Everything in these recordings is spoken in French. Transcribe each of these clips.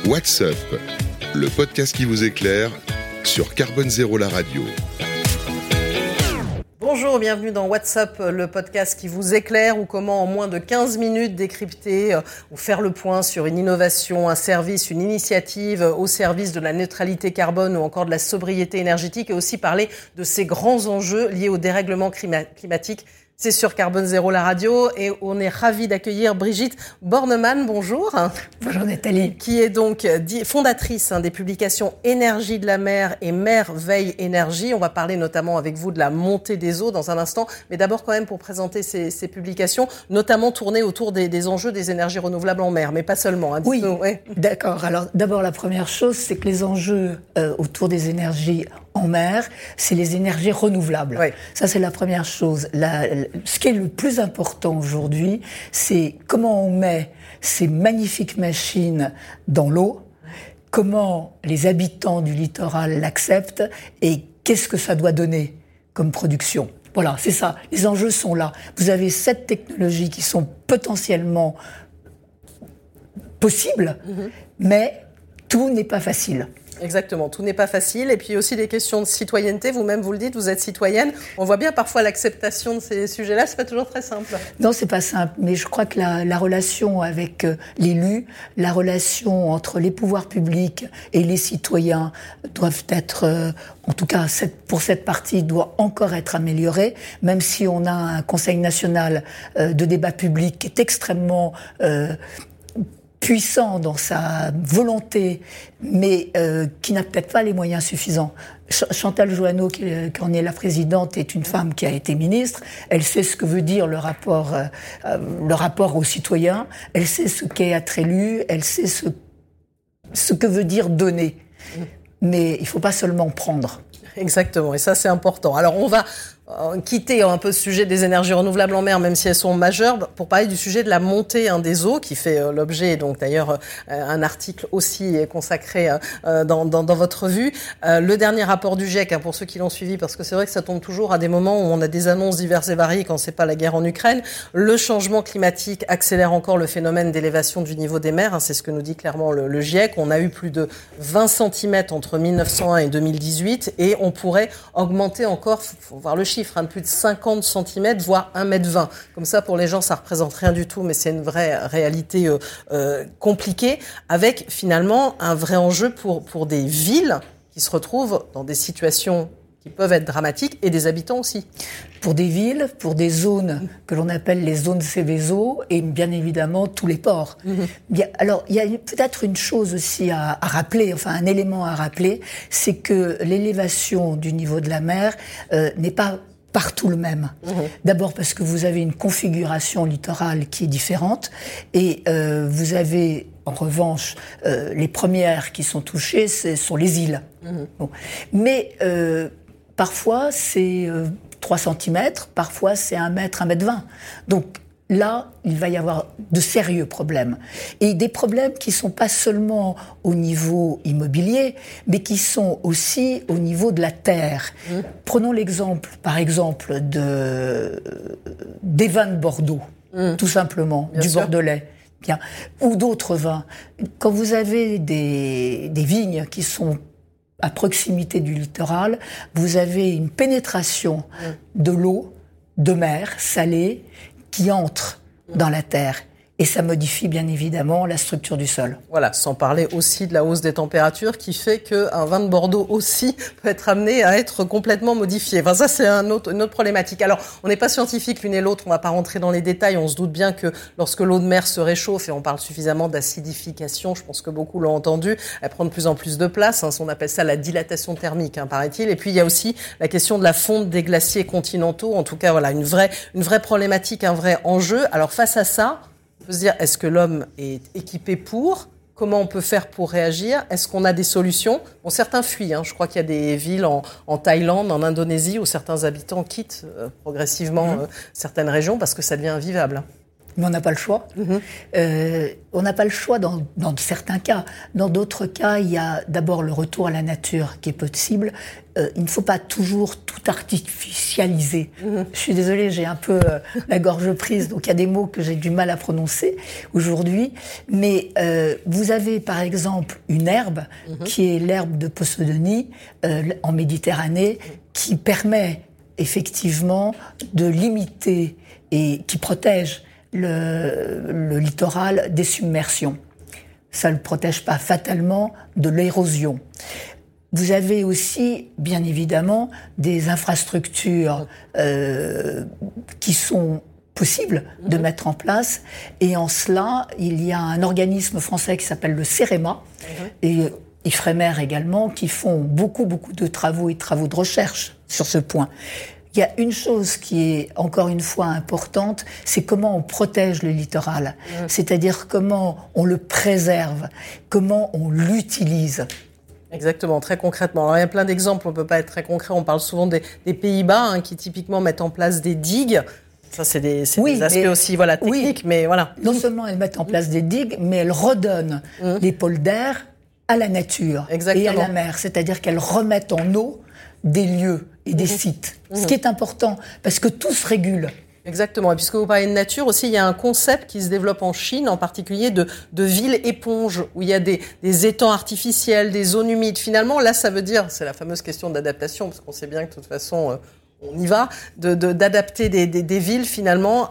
What's Up, le podcast qui vous éclaire sur Carbone Zéro la radio. Bonjour, bienvenue dans What's Up, le podcast qui vous éclaire ou comment en moins de 15 minutes décrypter ou faire le point sur une innovation, un service, une initiative au service de la neutralité carbone ou encore de la sobriété énergétique et aussi parler de ces grands enjeux liés au dérèglement climatique. C'est sur Carbone Zéro la radio et on est ravis d'accueillir Brigitte Bornemann. Bonjour. Bonjour Nathalie. Qui est donc fondatrice des publications Énergie de la mer et Mer Veille Énergie. On va parler notamment avec vous de la montée des eaux dans un instant. Mais d'abord quand même pour présenter ces publications, notamment tournées autour des enjeux des énergies renouvelables en mer, mais pas seulement. Oui, d'accord. Alors d'abord la première chose, c'est que les enjeux autour des énergies en mer, c'est les énergies renouvelables. Oui. Ça, c'est la première chose. Ce qui est le plus important aujourd'hui, c'est comment on met ces magnifiques machines dans l'eau, comment les habitants du littoral l'acceptent et qu'est-ce que ça doit donner comme production. Voilà, c'est ça. Les enjeux sont là. Vous avez 7 technologies qui sont potentiellement possibles, mais tout n'est pas facile. Exactement, tout n'est pas facile. Et puis aussi des questions de citoyenneté. Vous-même, vous le dites, vous êtes citoyenne. On voit bien parfois l'acceptation de ces sujets-là. C'est pas toujours très simple. Non, c'est pas simple. Mais je crois que la relation avec l'élu, la relation entre les pouvoirs publics et les citoyens doivent être, en tout cas pour cette partie, doit encore être améliorée. Même si on a un Conseil national de débat public qui est extrêmement puissant dans sa volonté, mais qui n'a peut-être pas les moyens suffisants. Chantal Jouanneau, qui en est la présidente, est une femme qui a été ministre. Elle sait ce que veut dire le rapport aux citoyens. Elle sait ce qu'est être élu. Elle sait ce que veut dire donner. Mais il ne faut pas seulement prendre. Exactement, et ça c'est important. Alors on va quitter un peu ce sujet des énergies renouvelables en mer, même si elles sont majeures, pour parler du sujet de la montée des eaux, qui fait l'objet, donc d'ailleurs, un article aussi consacré dans votre revue. Le dernier rapport du GIEC, pour ceux qui l'ont suivi, parce que c'est vrai que ça tombe toujours à des moments où on a des annonces diverses et variées quand c'est pas la guerre en Ukraine. Le changement climatique accélère encore le phénomène d'élévation du niveau des mers, c'est ce que nous dit clairement le GIEC. On a eu plus de 20 cm entre 1901 et 2018, et on pourrait augmenter encore, faut voir le chiffre, de plus de 50 cm, voire 1,20 m. Comme ça, pour les gens, ça représente rien du tout, mais c'est une vraie réalité compliquée, avec finalement un vrai enjeu pour des villes qui se retrouvent dans des situations qui peuvent être dramatiques, et des habitants aussi. Pour des villes, pour des zones que l'on appelle les zones Céveso, et bien évidemment tous les ports. Bien, alors, il y a peut-être une chose aussi à rappeler, enfin un élément à rappeler, c'est que l'élévation du niveau de la mer n'est pas partout le même. D'abord parce que vous avez une configuration littorale qui est différente, et vous avez en revanche les premières qui sont touchées, ce sont les îles. Bon. Mais parfois, c'est 3 cm, parfois c'est 1 mètre, 1,20 m. Donc là, il va y avoir de sérieux problèmes. Et des problèmes qui ne sont pas seulement au niveau immobilier, mais qui sont aussi au niveau de la terre. Prenons l'exemple, par exemple, des vins de Bordeaux, tout simplement, bien du sûr. Bordelais. Bien. Ou d'autres vins. Quand vous avez des vignes qui sont à proximité du littoral, vous avez une pénétration de l'eau, de mer salée, qui entre dans la terre. Et ça modifie bien évidemment la structure du sol. Voilà, sans parler aussi de la hausse des températures qui fait qu'un vin de Bordeaux aussi peut être amené à être complètement modifié. Enfin, ça, c'est une autre problématique. Alors, on n'est pas scientifique l'une et l'autre, on ne va pas rentrer dans les détails. On se doute bien que lorsque l'eau de mer se réchauffe, et on parle suffisamment d'acidification, je pense que beaucoup l'ont entendu, elle prend de plus en plus de place. On appelle ça la dilatation thermique, paraît-il. Et puis, il y a aussi la question de la fonte des glaciers continentaux. En tout cas, voilà, une vraie problématique, un vrai enjeu. Alors, face à ça, on peut se dire, est-ce que l'homme est équipé pour ? Comment on peut faire pour réagir ? Est-ce qu'on a des solutions ? Bon, certains fuient. Je crois qu'il y a des villes en Thaïlande, en Indonésie, où certains habitants quittent progressivement certaines régions parce que ça devient invivable. Mais on n'a pas le choix. On n'a pas le choix dans certains cas. Dans d'autres cas, il y a d'abord le retour à la nature qui est possible. Il ne faut pas toujours tout artificialiser. Je suis désolée, j'ai un peu la gorge prise, donc il y a des mots que j'ai du mal à prononcer aujourd'hui. Mais vous avez par exemple une herbe qui est l'herbe de Posidonie en Méditerranée qui permet effectivement de limiter et qui protège le littoral des submersions. Ça ne le protège pas fatalement de l'érosion. Vous avez aussi, bien évidemment, des infrastructures qui sont possibles de mettre en place. Et en cela, il y a un organisme français qui s'appelle le CEREMA et Ifremer également, qui font beaucoup de travaux et de travaux de recherche sur ce point. Il y a une chose qui est encore une fois importante, c'est comment on protège le littoral. C'est-à-dire comment on le préserve, comment on l'utilise. Exactement, très concrètement. Alors, il y a plein d'exemples, on ne peut pas être très concret. On parle souvent des Pays-Bas qui typiquement mettent en place des digues. Ça, c'est des aspects aussi techniques, mais voilà. Non seulement elles mettent en place des digues, mais elles redonnent les pôles d'air à la nature et à la mer. C'est-à-dire qu'elles remettent en eau des lieux et des sites. Ce qui est important, parce que tout se régule. Exactement. Et puisque vous parlez de nature aussi, il y a un concept qui se développe en Chine, en particulier de villes éponges, où il y a des étangs artificiels, des zones humides. Finalement, là, ça veut dire, c'est la fameuse question d'adaptation, parce qu'on sait bien que de toute façon, on y va, d'adapter des villes finalement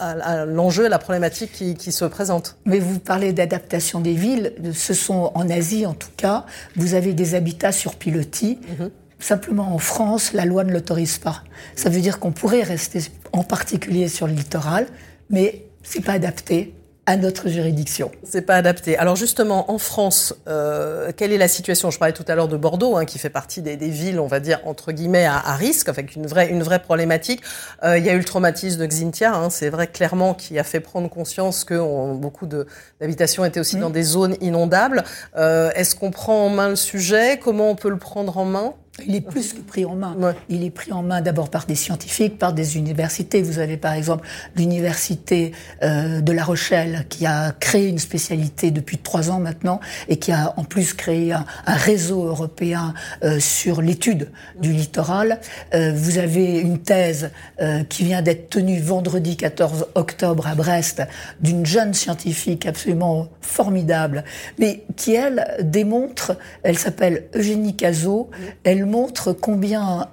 à l'enjeu, à la problématique qui se présente. Mais vous parlez d'adaptation des villes, ce sont en Asie en tout cas, vous avez des habitats sur pilotis. Simplement, en France, la loi ne l'autorise pas. Ça veut dire qu'on pourrait rester en particulier sur le littoral, mais c'est pas adapté à notre juridiction. C'est pas adapté. Alors justement, en France, quelle est la situation ? Je parlais tout à l'heure de Bordeaux, qui fait partie des villes, on va dire, entre guillemets, à risque, avec une vraie problématique. Il y a eu le traumatisme de Xynthia, c'est vrai, clairement, qui a fait prendre conscience que beaucoup d'habitations étaient aussi dans des zones inondables. Est-ce qu'on prend en main le sujet ? Comment on peut le prendre en main ? Il est plus que pris en main. Il est pris en main d'abord par des scientifiques, par des universités. Vous avez par exemple l'université de La Rochelle qui a créé une spécialité depuis 3 ans maintenant et qui a en plus créé un réseau européen sur l'étude du littoral. Vous avez une thèse qui vient d'être tenue vendredi 14 octobre à Brest d'une jeune scientifique absolument formidable, mais qui elle démontre, elle s'appelle Eugénie Cazot, elle montre combien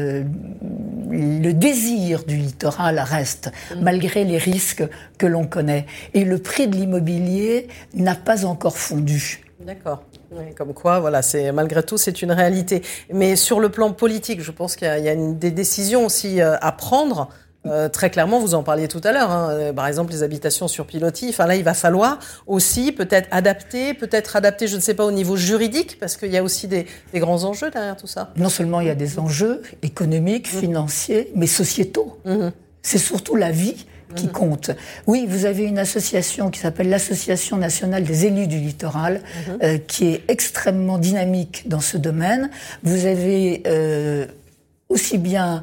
le désir du littoral reste, malgré les risques que l'on connaît. Et le prix de l'immobilier n'a pas encore fondu. D'accord. Oui, comme quoi, voilà, malgré tout, c'est une réalité. Mais sur le plan politique, je pense qu'il y a des décisions aussi à prendre. Très clairement, vous en parliez tout à l'heure, par exemple les habitations sur pilotis. Enfin là, il va falloir aussi peut-être adapter, je ne sais pas, au niveau juridique, parce qu'il y a aussi des grands enjeux derrière tout ça. Non seulement il y a des enjeux économiques, financiers, mais sociétaux. C'est surtout la vie qui compte. Oui, vous avez une association qui s'appelle l'Association nationale des élus du littoral, qui est extrêmement dynamique dans ce domaine. Vous avez aussi bien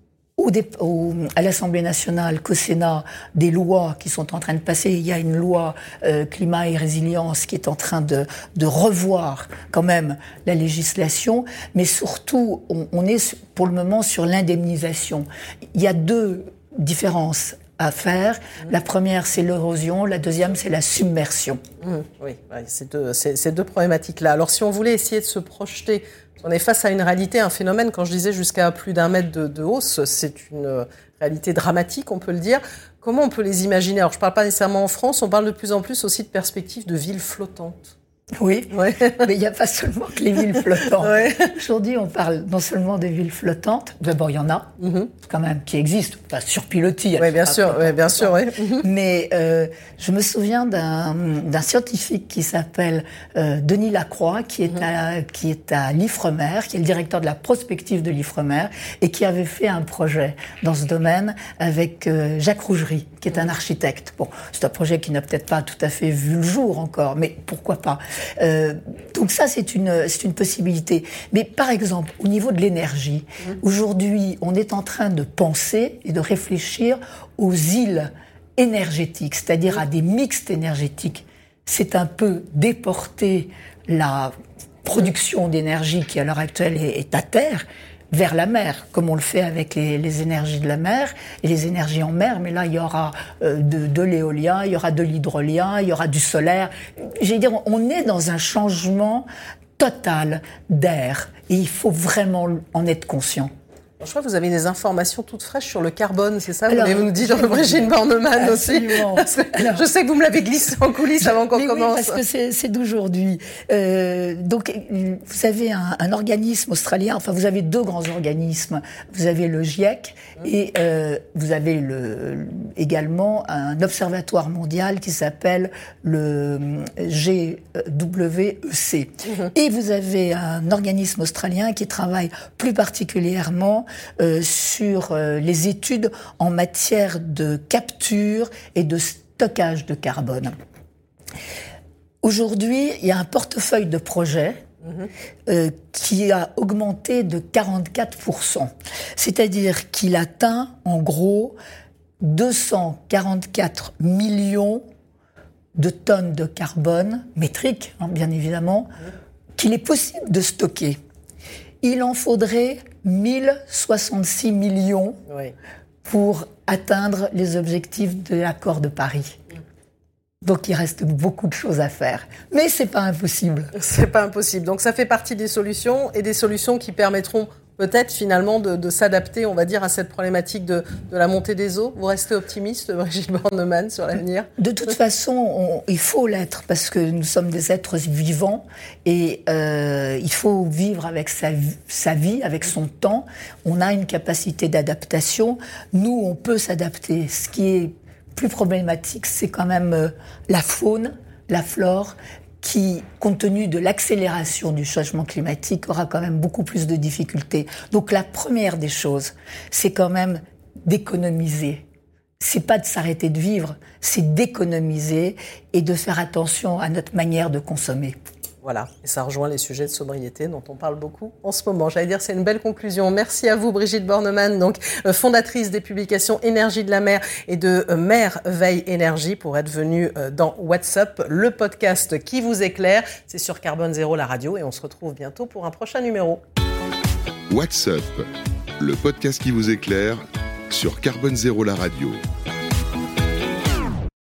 à l'Assemblée nationale qu'au Sénat, des lois qui sont en train de passer. Il y a une loi climat et résilience qui est en train de revoir quand même la législation, mais surtout, on est pour le moment sur l'indemnisation. Il y a 2 différences à faire. La première, c'est l'érosion. La deuxième, c'est la submersion. Oui, ces deux problématiques-là. Alors, si on voulait essayer de se projeter, on est face à une réalité, un phénomène, quand je disais jusqu'à plus d'1 mètre de hausse, c'est une réalité dramatique, on peut le dire. Comment on peut les imaginer ? Alors, je ne parle pas nécessairement en France, on parle de plus en plus aussi de perspectives de villes flottantes. Oui, mais il n'y a pas seulement que les villes flottantes. Aujourd'hui, on parle non seulement des villes flottantes, d'abord il y en a, quand même, qui existent, pas sur pilotis. Oui, bien sûr, Mais je me souviens d'un scientifique qui s'appelle Denis Lacroix, qui est à l'Ifremer, qui est le directeur de la prospective de l'Ifremer, et qui avait fait un projet dans ce domaine avec Jacques Rougerie, qui est un architecte. Bon, c'est un projet qui n'a peut-être pas tout à fait vu le jour encore, mais pourquoi pas. Donc ça, c'est une possibilité. Mais par exemple, au niveau de l'énergie, aujourd'hui, on est en train de penser et de réfléchir aux îles énergétiques, c'est-à-dire à des mixtes énergétiques. C'est un peu déporter la production d'énergie qui à l'heure actuelle est à terre vers la mer, comme on le fait avec les énergies de la mer et les énergies en mer. Mais là, il y aura de l'éolien, il y aura de l'hydrolien, il y aura du solaire. Je veux dire, on est dans un changement total d'air et il faut vraiment en être conscient. Je crois que vous avez des informations toutes fraîches sur le carbone, c'est ça? Vous nous dites Brigitte Bornemann aussi. Alors, je sais que vous me l'avez glissé en coulisses avant qu'on commence. Oui, parce que c'est d'aujourd'hui. Donc, vous avez un organisme australien, enfin, vous avez deux grands organismes. Vous avez le GIEC et vous avez également un observatoire mondial qui s'appelle le GWEC. Et vous avez un organisme australien qui travaille plus particulièrement sur les études en matière de capture et de stockage de carbone. Aujourd'hui, il y a un portefeuille de projets qui a augmenté de 44%. C'est-à-dire qu'il atteint, en gros, 244 millions de tonnes de carbone métrique, bien évidemment, qu'il est possible de stocker. Il en faudrait 1066 millions pour atteindre les objectifs de l'accord de Paris. Donc il reste beaucoup de choses à faire. Mais c'est pas impossible. C'est pas impossible. Donc ça fait partie des solutions et des solutions qui permettront peut-être finalement de s'adapter, on va dire, à cette problématique de la montée des eaux. Vous restez optimiste, Brigitte Bornemann, sur l'avenir? De toute façon, il faut l'être parce que nous sommes des êtres vivants et il faut vivre avec sa vie, avec son temps. On a une capacité d'adaptation. Nous, on peut s'adapter. Ce qui est plus problématique, c'est quand même la faune, la flore, qui, compte tenu de l'accélération du changement climatique, aura quand même beaucoup plus de difficultés. Donc la première des choses, c'est quand même d'économiser. C'est pas de s'arrêter de vivre, c'est d'économiser et de faire attention à notre manière de consommer. Voilà, et ça rejoint les sujets de sobriété dont on parle beaucoup en ce moment. J'allais dire, c'est une belle conclusion. Merci à vous, Brigitte Bornemann, donc fondatrice des publications Énergie de la mer et de Mer Veille Énergie, pour être venue dans What's Up, le podcast qui vous éclaire. C'est sur Carbone Zéro, la radio, et on se retrouve bientôt pour un prochain numéro. What's Up, le podcast qui vous éclaire sur Carbone Zéro, la radio.